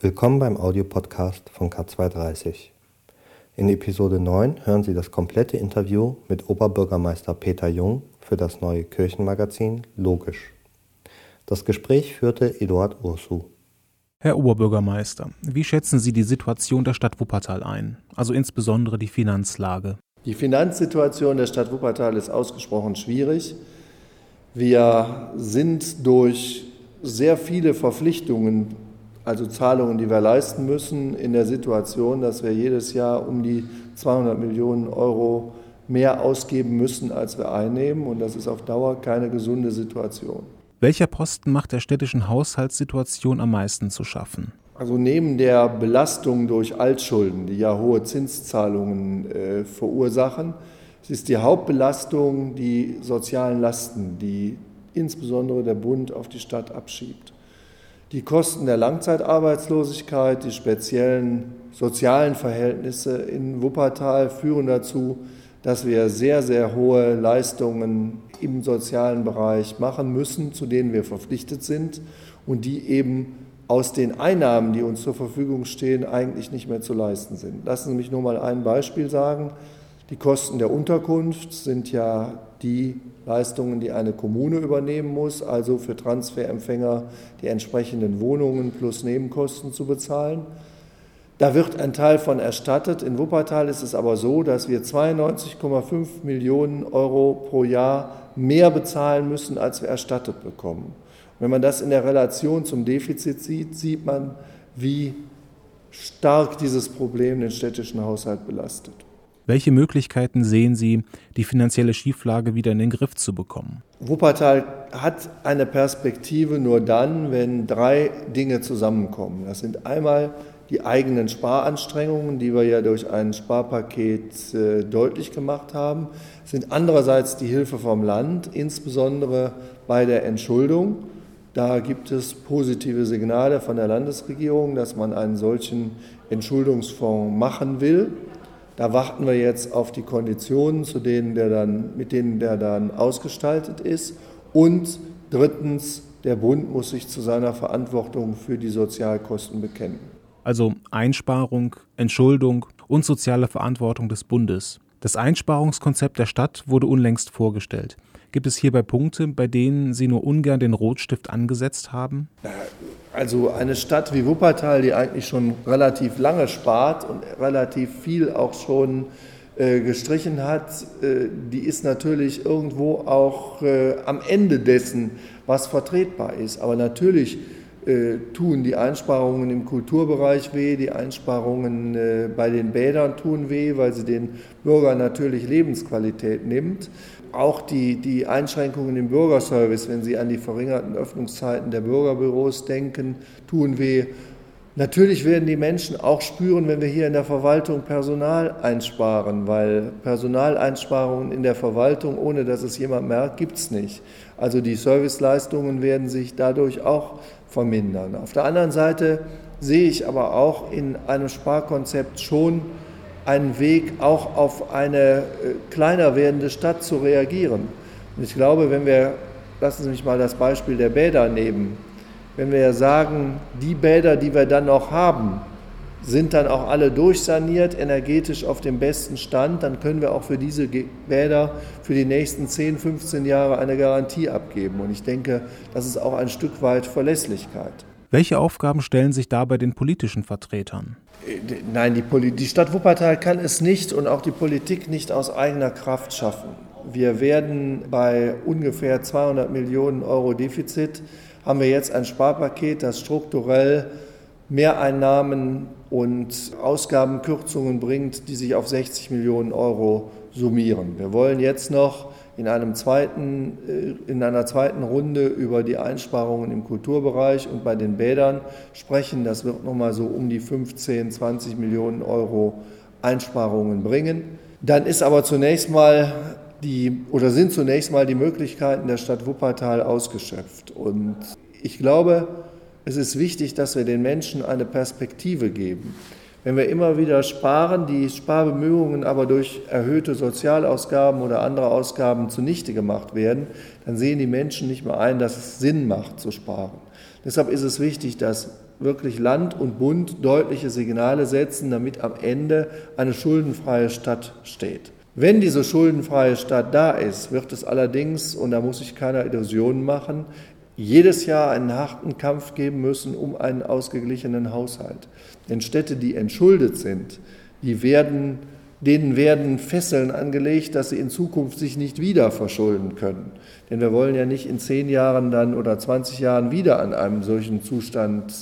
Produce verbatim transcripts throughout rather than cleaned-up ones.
Willkommen beim Audiopodcast von K zweihundertdreißig. In Episode neun hören Sie das komplette Interview mit Oberbürgermeister Peter Jung für das neue Kirchenmagazin Logisch. Das Gespräch führte Eduard Ursu. Herr Oberbürgermeister, wie schätzen Sie die Situation der Stadt Wuppertal ein, also insbesondere die Finanzlage? Die Finanzsituation der Stadt Wuppertal ist ausgesprochen schwierig. Wir sind durch sehr viele Verpflichtungen, also Zahlungen, die wir leisten müssen, in der Situation, dass wir jedes Jahr um die zweihundert Millionen Euro mehr ausgeben müssen, als wir einnehmen. Und das ist auf Dauer keine gesunde Situation. Welcher Posten macht der städtischen Haushaltssituation am meisten zu schaffen? Also neben der Belastung durch Altschulden, die ja hohe Zinszahlungen äh, verursachen, ist die Hauptbelastung die sozialen Lasten, die insbesondere der Bund auf die Stadt abschiebt. Die Kosten der Langzeitarbeitslosigkeit, die speziellen sozialen Verhältnisse in Wuppertal führen dazu, dass wir sehr, sehr hohe Leistungen im sozialen Bereich machen müssen, zu denen wir verpflichtet sind und die eben aus den Einnahmen, die uns zur Verfügung stehen, eigentlich nicht mehr zu leisten sind. Lassen Sie mich nur mal ein Beispiel sagen. Die Kosten der Unterkunft sind ja die Leistungen, die eine Kommune übernehmen muss, also für Transferempfänger die entsprechenden Wohnungen plus Nebenkosten zu bezahlen. Da wird ein Teil von erstattet. In Wuppertal ist es aber so, dass wir zweiundneunzig Komma fünf Millionen Euro pro Jahr mehr bezahlen müssen, als wir erstattet bekommen. Und wenn man das in der Relation zum Defizit sieht, sieht man, wie stark dieses Problem den städtischen Haushalt belastet. Welche Möglichkeiten sehen Sie, die finanzielle Schieflage wieder in den Griff zu bekommen? Wuppertal hat eine Perspektive nur dann, wenn drei Dinge zusammenkommen. Das sind einmal die eigenen Sparanstrengungen, die wir ja durch ein Sparpaket äh, deutlich gemacht haben. Es sind andererseits die Hilfe vom Land, insbesondere bei der Entschuldung. Da gibt es positive Signale von der Landesregierung, dass man einen solchen Entschuldungsfonds machen will. Da warten wir jetzt auf die Konditionen, zu denen der dann, mit denen der dann ausgestaltet ist. Und drittens, der Bund muss sich zu seiner Verantwortung für die Sozialkosten bekennen. Also Einsparung, Entschuldung und soziale Verantwortung des Bundes. Das Einsparungskonzept der Stadt wurde unlängst vorgestellt. Gibt es hierbei Punkte, bei denen Sie nur ungern den Rotstift angesetzt haben? Also eine Stadt wie Wuppertal, die eigentlich schon relativ lange spart und relativ viel auch schon äh, gestrichen hat, äh, die ist natürlich irgendwo auch äh, am Ende dessen, was vertretbar ist. Aber natürlich äh, tun die Einsparungen im Kulturbereich weh, die Einsparungen äh, bei den Bädern tun weh, weil sie den Bürgern natürlich Lebensqualität nimmt. Auch die, die Einschränkungen im Bürgerservice, wenn Sie an die verringerten Öffnungszeiten der Bürgerbüros denken, tun weh. Natürlich werden die Menschen auch spüren, wenn wir hier in der Verwaltung Personal einsparen, weil Personaleinsparungen in der Verwaltung, ohne dass es jemand merkt, gibt es nicht. Also die Serviceleistungen werden sich dadurch auch vermindern. Auf der anderen Seite sehe ich aber auch in einem Sparkonzept schon einen Weg, auch auf eine äh, kleiner werdende Stadt zu reagieren. Und ich glaube, wenn wir, lassen Sie mich mal das Beispiel der Bäder nehmen, wenn wir sagen, die Bäder, die wir dann noch haben, sind dann auch alle durchsaniert, energetisch auf dem besten Stand, dann können wir auch für diese Bäder für die nächsten zehn, fünfzehn Jahre eine Garantie abgeben. Und ich denke, das ist auch ein Stück weit Verlässlichkeit. Welche Aufgaben stellen sich dabei den politischen Vertretern? Nein, die, Poli- die Stadt Wuppertal kann es nicht und auch die Politik nicht aus eigener Kraft schaffen. Wir werden bei ungefähr zweihundert Millionen Euro Defizit, haben wir jetzt ein Sparpaket, das strukturell Mehreinnahmen und Ausgabenkürzungen bringt, die sich auf sechzig Millionen Euro summieren. Wir wollen jetzt noch in einem zweiten, in einer zweiten Runde über die Einsparungen im Kulturbereich und bei den Bädern sprechen. Das wird nochmal so um die fünfzehn, zwanzig Millionen Euro Einsparungen bringen. Dann ist aber zunächst mal die, oder sind zunächst mal die Möglichkeiten der Stadt Wuppertal ausgeschöpft. Und ich glaube, es ist wichtig, dass wir den Menschen eine Perspektive geben. Wenn wir immer wieder sparen, die Sparbemühungen aber durch erhöhte Sozialausgaben oder andere Ausgaben zunichte gemacht werden, dann sehen die Menschen nicht mehr ein, dass es Sinn macht zu sparen. Deshalb ist es wichtig, dass wirklich Land und Bund deutliche Signale setzen, damit am Ende eine schuldenfreie Stadt steht. Wenn diese schuldenfreie Stadt da ist, wird es allerdings, und da muss ich keine Illusionen machen, jedes Jahr einen harten Kampf geben müssen um einen ausgeglichenen Haushalt. Denn Städte, die entschuldet sind, die werden, denen werden Fesseln angelegt, dass sie in Zukunft sich nicht wieder verschulden können. Denn wir wollen ja nicht in zehn Jahren dann oder zwanzig Jahren wieder an einem solchen Zustand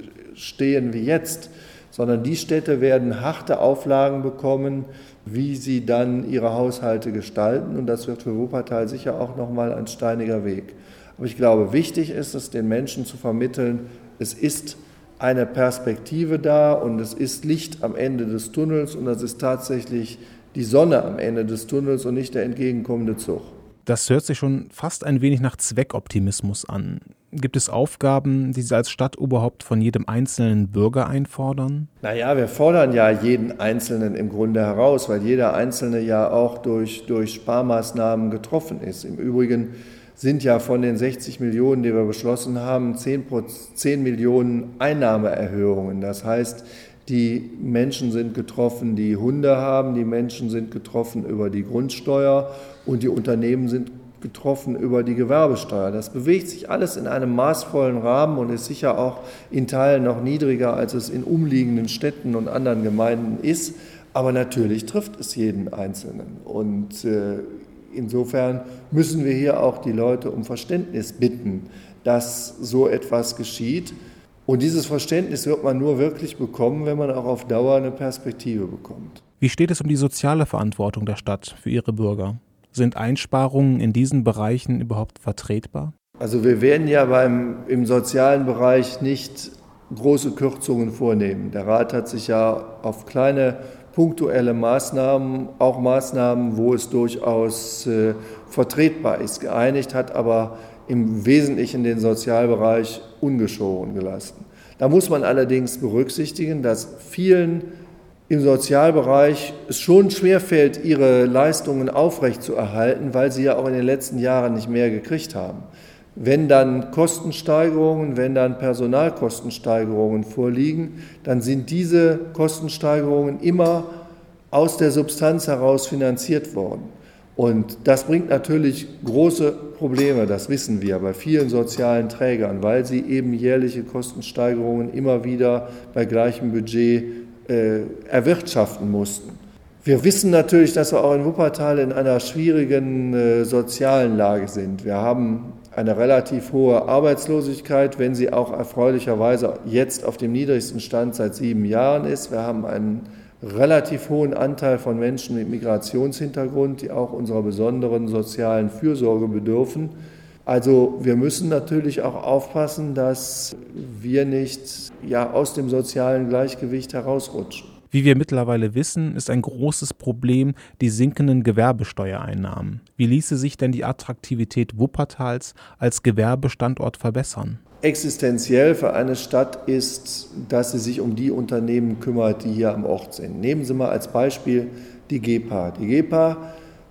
stehen wie jetzt, sondern die Städte werden harte Auflagen bekommen, wie sie dann ihre Haushalte gestalten. Und das wird für Wuppertal sicher auch nochmal ein steiniger Weg. Aber ich glaube, wichtig ist es, den Menschen zu vermitteln, es ist eine Perspektive da und es ist Licht am Ende des Tunnels und das ist tatsächlich die Sonne am Ende des Tunnels und nicht der entgegenkommende Zug. Das hört sich schon fast ein wenig nach Zweckoptimismus an. Gibt es Aufgaben, die Sie als Stadtoberhaupt von jedem einzelnen Bürger einfordern? Naja, wir fordern ja jeden Einzelnen im Grunde heraus, weil jeder Einzelne ja auch durch, durch Sparmaßnahmen getroffen ist. Im Übrigen sind ja von den sechzig Millionen, die wir beschlossen haben, zehn Millionen Einnahmeerhöhungen. Das heißt, die Menschen sind getroffen, die Hunde haben, die Menschen sind getroffen über die Grundsteuer und die Unternehmen sind getroffen über die Gewerbesteuer. Das bewegt sich alles in einem maßvollen Rahmen und ist sicher auch in Teilen noch niedriger, als es in umliegenden Städten und anderen Gemeinden ist. Aber natürlich trifft es jeden Einzelnen. Und äh, insofern müssen wir hier auch die Leute um Verständnis bitten, dass so etwas geschieht. Und dieses Verständnis wird man nur wirklich bekommen, wenn man auch auf Dauer eine Perspektive bekommt. Wie steht es um die soziale Verantwortung der Stadt für ihre Bürger? Sind Einsparungen in diesen Bereichen überhaupt vertretbar? Also wir werden ja beim, im sozialen Bereich nicht große Kürzungen vornehmen. Der Rat hat sich ja auf kleine punktuelle Maßnahmen, auch Maßnahmen, wo es durchaus äh, vertretbar ist, geeinigt, hat aber im Wesentlichen den Sozialbereich ungeschoren gelassen. Da muss man allerdings berücksichtigen, dass vielen im Sozialbereich es schon schwerfällt, ihre Leistungen aufrechtzuerhalten, weil sie ja auch in den letzten Jahren nicht mehr gekriegt haben. Wenn dann Kostensteigerungen, wenn dann Personalkostensteigerungen vorliegen, dann sind diese Kostensteigerungen immer aus der Substanz heraus finanziert worden. Und das bringt natürlich große Probleme, das wissen wir, bei vielen sozialen Trägern, weil sie eben jährliche Kostensteigerungen immer wieder bei gleichem Budget äh, erwirtschaften mussten. Wir wissen natürlich, dass wir auch in Wuppertal in einer schwierigen äh, sozialen Lage sind. Wir haben eine relativ hohe Arbeitslosigkeit, wenn sie auch erfreulicherweise jetzt auf dem niedrigsten Stand seit sieben Jahren ist. Wir haben einen relativ hohen Anteil von Menschen mit Migrationshintergrund, die auch unserer besonderen sozialen Fürsorge bedürfen. Also wir müssen natürlich auch aufpassen, dass wir nicht ja, aus dem sozialen Gleichgewicht herausrutschen. Wie wir mittlerweile wissen, ist ein großes Problem die sinkenden Gewerbesteuereinnahmen. Wie ließe sich denn die Attraktivität Wuppertals als Gewerbestandort verbessern? Existenziell für eine Stadt ist, dass sie sich um die Unternehmen kümmert, die hier am Ort sind. Nehmen Sie mal als Beispiel die G E P A. Die G E P A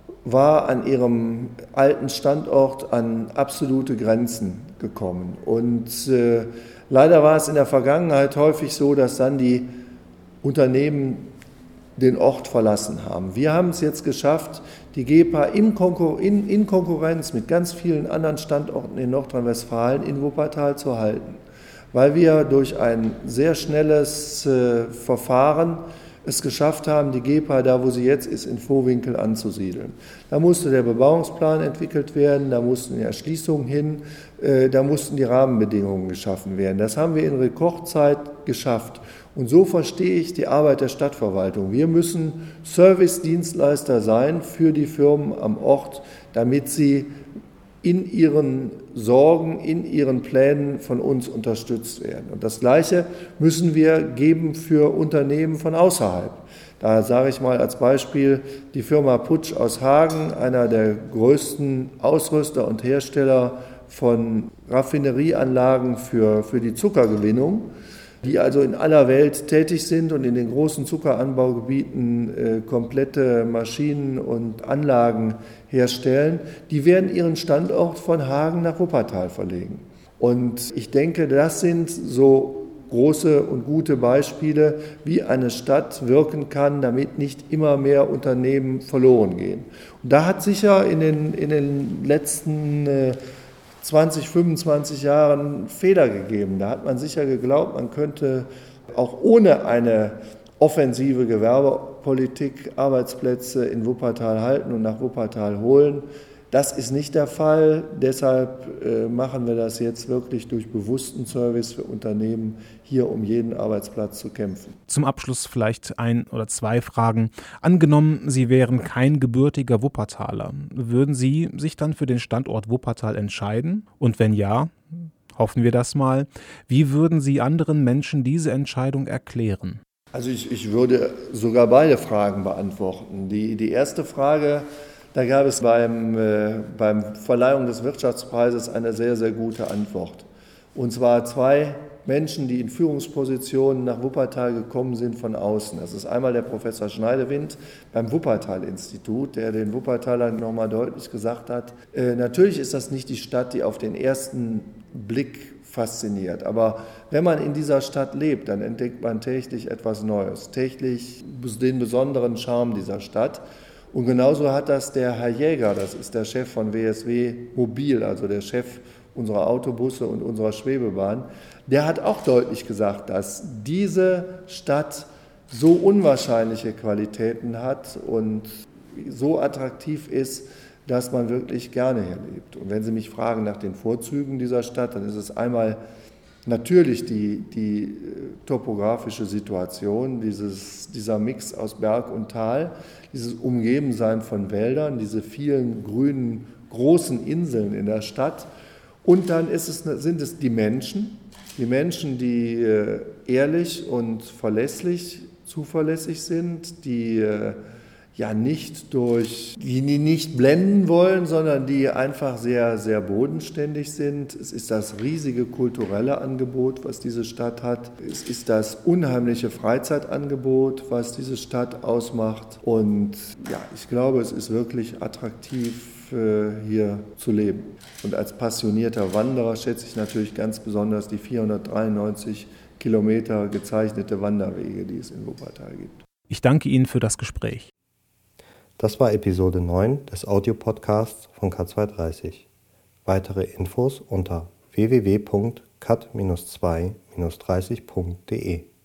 war an ihrem alten Standort an absolute Grenzen gekommen. Und äh, leider war es in der Vergangenheit häufig so, dass dann die Unternehmen den Ort verlassen haben. Wir haben es jetzt geschafft, die G E P A in, Konkur- in, in Konkurrenz mit ganz vielen anderen Standorten in Nordrhein-Westfalen in Wuppertal zu halten, weil wir durch ein sehr schnelles äh, Verfahren es geschafft haben, die G E P A da, wo sie jetzt ist, in Vohwinkel anzusiedeln. Da musste der Bebauungsplan entwickelt werden, da mussten die Erschließungen hin, äh, da mussten die Rahmenbedingungen geschaffen werden. Das haben wir in Rekordzeit geschafft. Und so verstehe ich die Arbeit der Stadtverwaltung. Wir müssen Service-Dienstleister sein für die Firmen am Ort, damit sie in ihren Sorgen, in ihren Plänen von uns unterstützt werden. Und das Gleiche müssen wir geben für Unternehmen von außerhalb. Da sage ich mal als Beispiel die Firma Putsch aus Hagen, einer der größten Ausrüster und Hersteller von Raffinerieanlagen für, für die Zuckergewinnung, die also in aller Welt tätig sind und in den großen Zuckeranbaugebieten äh, komplette Maschinen und Anlagen herstellen, die werden ihren Standort von Hagen nach Wuppertal verlegen. Und ich denke, das sind so große und gute Beispiele, wie eine Stadt wirken kann, damit nicht immer mehr Unternehmen verloren gehen. Und da hat sicher in den, in den letzten äh, zwanzig, fünfundzwanzig Jahren Fehler gegeben. Da hat man sicher geglaubt, man könnte auch ohne eine offensive Gewerbepolitik Arbeitsplätze in Wuppertal halten und nach Wuppertal holen. Das ist nicht der Fall, deshalb äh, machen wir das jetzt wirklich durch bewussten Service für Unternehmen, hier um jeden Arbeitsplatz zu kämpfen. Zum Abschluss vielleicht ein oder zwei Fragen. Angenommen, Sie wären kein gebürtiger Wuppertaler, würden Sie sich dann für den Standort Wuppertal entscheiden? Und wenn ja, hoffen wir das mal, wie würden Sie anderen Menschen diese Entscheidung erklären? Also ich, ich würde sogar beide Fragen beantworten. Die, die erste Frage, da gab es beim, äh, beim Verleihung des Wirtschaftspreises eine sehr, sehr gute Antwort. Und zwar zwei Menschen, die in Führungspositionen nach Wuppertal gekommen sind von außen. Das ist einmal der Professor Schneidewind beim Wuppertal-Institut, der den Wuppertalern nochmal deutlich gesagt hat, äh, natürlich ist das nicht die Stadt, die auf den ersten Blick fasziniert. Aber wenn man in dieser Stadt lebt, dann entdeckt man täglich etwas Neues, täglich den besonderen Charme dieser Stadt. Und genauso hat das der Herr Jäger, das ist der Chef von W S W Mobil, also der Chef unserer Autobusse und unserer Schwebebahn, der hat auch deutlich gesagt, dass diese Stadt so unwahrscheinliche Qualitäten hat und so attraktiv ist, dass man wirklich gerne hier lebt. Und wenn Sie mich fragen nach den Vorzügen dieser Stadt, dann ist es einmal natürlich die, die topografische Situation, dieses, dieser Mix aus Berg und Tal, dieses Umgebensein von Wäldern, diese vielen grünen, großen Inseln in der Stadt. Und dann ist es, sind es die Menschen, die Menschen, die ehrlich und verlässlich, zuverlässig sind, die ja nicht durch, die nicht blenden wollen, sondern die einfach sehr, sehr bodenständig sind. Es ist das riesige kulturelle Angebot, was diese Stadt hat. Es ist das unheimliche Freizeitangebot, was diese Stadt ausmacht. Und ja, ich glaube, es ist wirklich attraktiv, hier zu leben. Und als passionierter Wanderer schätze ich natürlich ganz besonders die vierhundertdreiundneunzig Kilometer gezeichnete Wanderwege, die es in Wuppertal gibt. Ich danke Ihnen für das Gespräch. Das war Episode neun des Audiopodcasts von K zweihundertdreißig. Weitere Infos unter w w w punkt cat zwei dreißig punkt d e.